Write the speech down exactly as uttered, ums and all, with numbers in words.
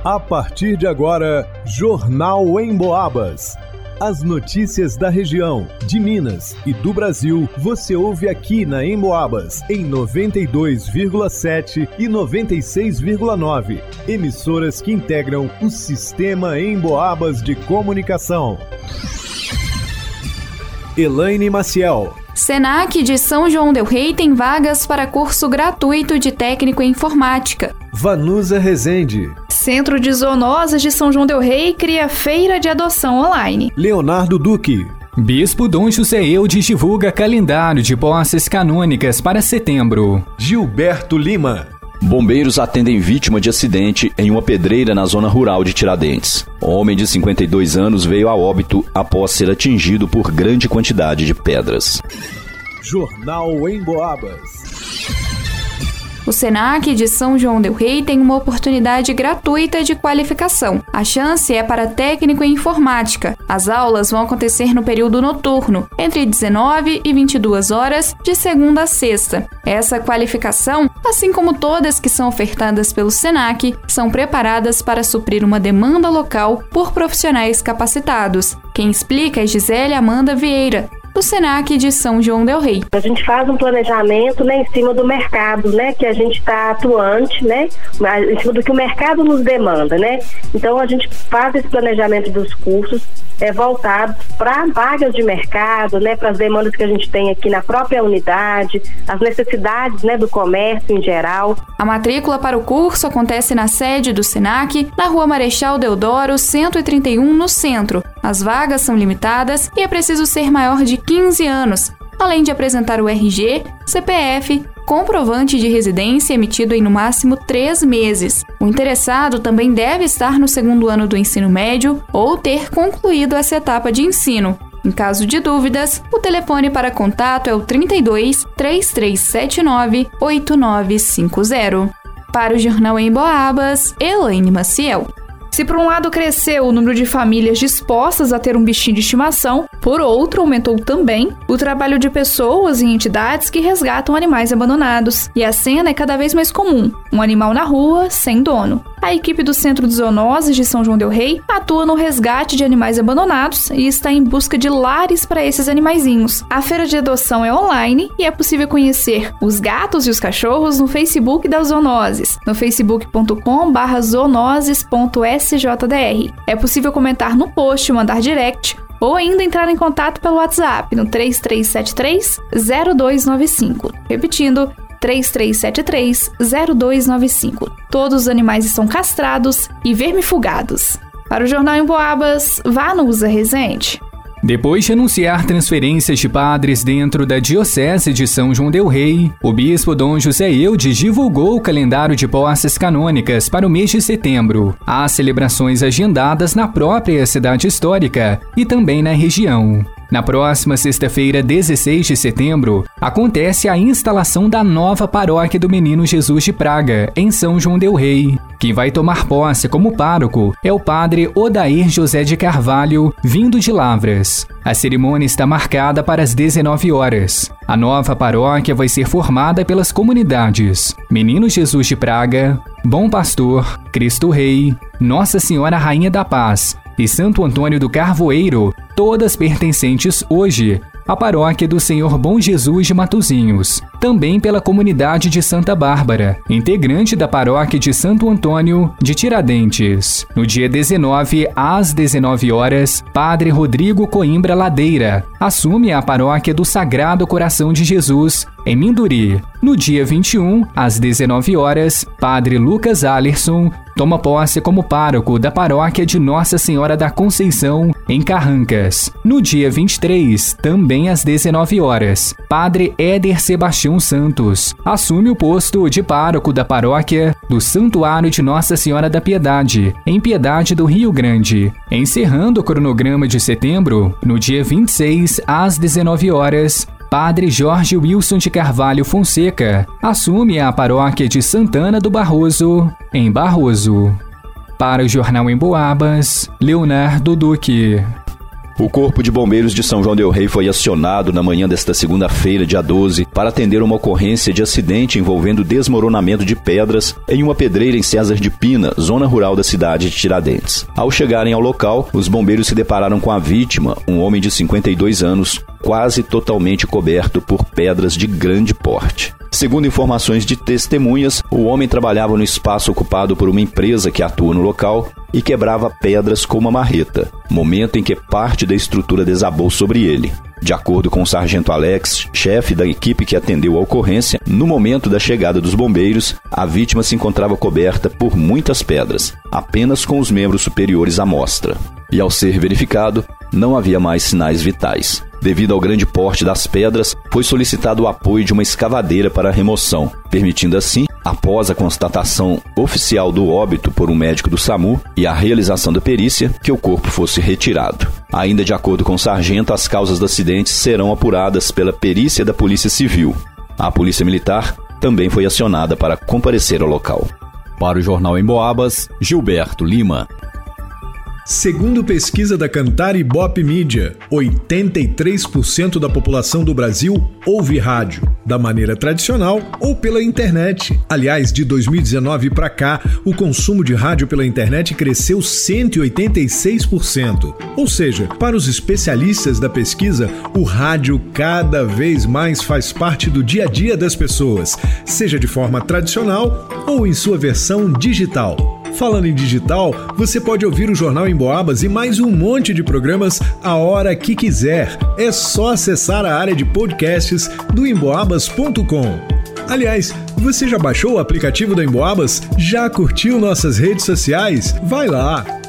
A partir de agora, Jornal Emboabas. As notícias da região, de Minas e do Brasil, você ouve aqui na Emboabas, em noventa e dois vírgula sete e noventa e seis vírgula nove. Emissoras que integram o Sistema Emboabas de Comunicação. Elaine Maciel. Senac de São João del Rei tem vagas para curso gratuito de técnico em informática. Vanusa Rezende. Centro de Zoonoses de São João del Rei cria feira de adoção online. Leonardo Duque. Bispo Dom José Eudes divulga calendário de posses canônicas para setembro. Gilberto Lima. Bombeiros atendem vítima de acidente em uma pedreira na zona rural de Tiradentes. Homem de cinquenta e dois anos veio a óbito após ser atingido por grande quantidade de pedras. Jornal Emboabas. O Senac de São João del Rei tem uma oportunidade gratuita de qualificação. A chance é para técnico em informática. As aulas vão acontecer no período noturno, entre dezenove e vinte e duas horas, de segunda a sexta. Essa qualificação, assim como todas que são ofertadas pelo Senac, são preparadas para suprir uma demanda local por profissionais capacitados. Quem explica é Gisele Amanda Vieira, do Senac de São João del Rei. A gente faz um planejamento, né, em cima do mercado, né, que a gente está atuante, né, em cima do que o mercado nos demanda, né. Então a gente faz esse planejamento dos cursos é, voltado para vagas de mercado, né, para as demandas que a gente tem aqui na própria unidade, as necessidades, né, do comércio em geral. A matrícula para o curso acontece na sede do Senac, na Rua Marechal Deodoro, cento e trinta e um, no centro. As vagas são limitadas e é preciso ser maior de quinze anos, além de apresentar o R G, C P F, comprovante de residência emitido em no máximo três meses. O interessado também deve estar no segundo ano do ensino médio ou ter concluído essa etapa de ensino. Em caso de dúvidas, o telefone para contato é o trinta e dois, três três sete nove, oito nove cinco zero. Para o Jornal Emboabas, Elaine Maciel. Se por um lado cresceu o número de famílias dispostas a ter um bichinho de estimação, por outro aumentou também o trabalho de pessoas e entidades que resgatam animais abandonados. E a cena é cada vez mais comum, um animal na rua, sem dono. A equipe do Centro de Zoonoses de São João del Rei atua no resgate de animais abandonados e está em busca de lares para esses animaizinhos. A feira de adoção é online e é possível conhecer os gatos e os cachorros no Facebook da Zoonoses, no facebook ponto com barra zoonoses ponto s j d r. É possível comentar no post, mandar direct ou ainda entrar em contato pelo WhatsApp no três três sete três, zero dois nove cinco. Repetindo, três três sete três, zero dois nove cinco. Todos os animais estão castrados e vermifugados. Para o Jornal Emboabas, Vanusa Rezende. Depois de anunciar transferências de padres dentro da Diocese de São João del Rei, o bispo Dom José Eudes divulgou o calendário de posses canônicas para o mês de setembro. Há celebrações agendadas na própria cidade histórica e também na região. Na próxima sexta-feira, dezesseis de setembro, acontece a instalação da nova paróquia do Menino Jesus de Praga, em São João del Rei. Quem vai tomar posse como pároco é o padre Odair José de Carvalho, vindo de Lavras. A cerimônia está marcada para as dezenove horas. A nova paróquia vai ser formada pelas comunidades Menino Jesus de Praga, Bom Pastor, Cristo Rei, Nossa Senhora Rainha da Paz e Santo Antônio do Carvoeiro, todas pertencentes hoje à Paróquia do Senhor Bom Jesus de Matozinhos, também pela comunidade de Santa Bárbara, integrante da Paróquia de Santo Antônio de Tiradentes. No dia dezenove, às dezenove horas, Padre Rodrigo Coimbra Ladeira assume a Paróquia do Sagrado Coração de Jesus, em Minduri. No dia vinte e um, às dezenove horas, Padre Lucas Alerson toma posse como pároco da Paróquia de Nossa Senhora da Conceição, em Carrancas. No dia vinte e três, também às dezenove horas, Padre Éder Sebastião Santos assume o posto de pároco da Paróquia do Santuário de Nossa Senhora da Piedade, em Piedade do Rio Grande. Encerrando o cronograma de setembro, no dia vinte e seis, às dezenove horas, Padre Jorge Wilson de Carvalho Fonseca assume a paróquia de Santana do Barroso, em Barroso. Para o Jornal Emboabas, Leonardo Duque. O Corpo de Bombeiros de São João del Rei foi acionado na manhã desta segunda-feira, dia doze, para atender uma ocorrência de acidente envolvendo desmoronamento de pedras em uma pedreira em César de Pina, zona rural da cidade de Tiradentes. Ao chegarem ao local, os bombeiros se depararam com a vítima, um homem de cinquenta e dois anos, quase totalmente coberto por pedras de grande porte. Segundo informações de testemunhas, o homem trabalhava no espaço ocupado por uma empresa que atua no local e quebrava pedras com uma marreta, momento em que parte da estrutura desabou sobre ele. De acordo com o sargento Alex, chefe da equipe que atendeu a ocorrência, no momento da chegada dos bombeiros, a vítima se encontrava coberta por muitas pedras, apenas com os membros superiores à mostra. E ao ser verificado, não havia mais sinais vitais. Devido ao grande porte das pedras, foi solicitado o apoio de uma escavadeira para a remoção, permitindo assim, após a constatação oficial do óbito por um médico do SAMU e a realização da perícia, que o corpo fosse retirado. Ainda de acordo com o sargento, as causas do acidente serão apuradas pela perícia da Polícia Civil. A Polícia Militar também foi acionada para comparecer ao local. Para o Jornal Emboabas, Gilberto Lima. Segundo pesquisa da Cantar Ibope Mídia, oitenta e três por cento da população do Brasil ouve rádio, da maneira tradicional ou pela internet. Aliás, de dois mil e dezenove para cá, o consumo de rádio pela internet cresceu cento e oitenta e seis por cento. Ou seja, para os especialistas da pesquisa, o rádio cada vez mais faz parte do dia a dia das pessoas, seja de forma tradicional ou em sua versão digital. Falando em digital, você pode ouvir o Jornal Emboabas e mais um monte de programas a hora que quiser. É só acessar a área de podcasts do emboabas ponto com. Aliás, você já baixou o aplicativo da Emboabas? Já curtiu nossas redes sociais? Vai lá!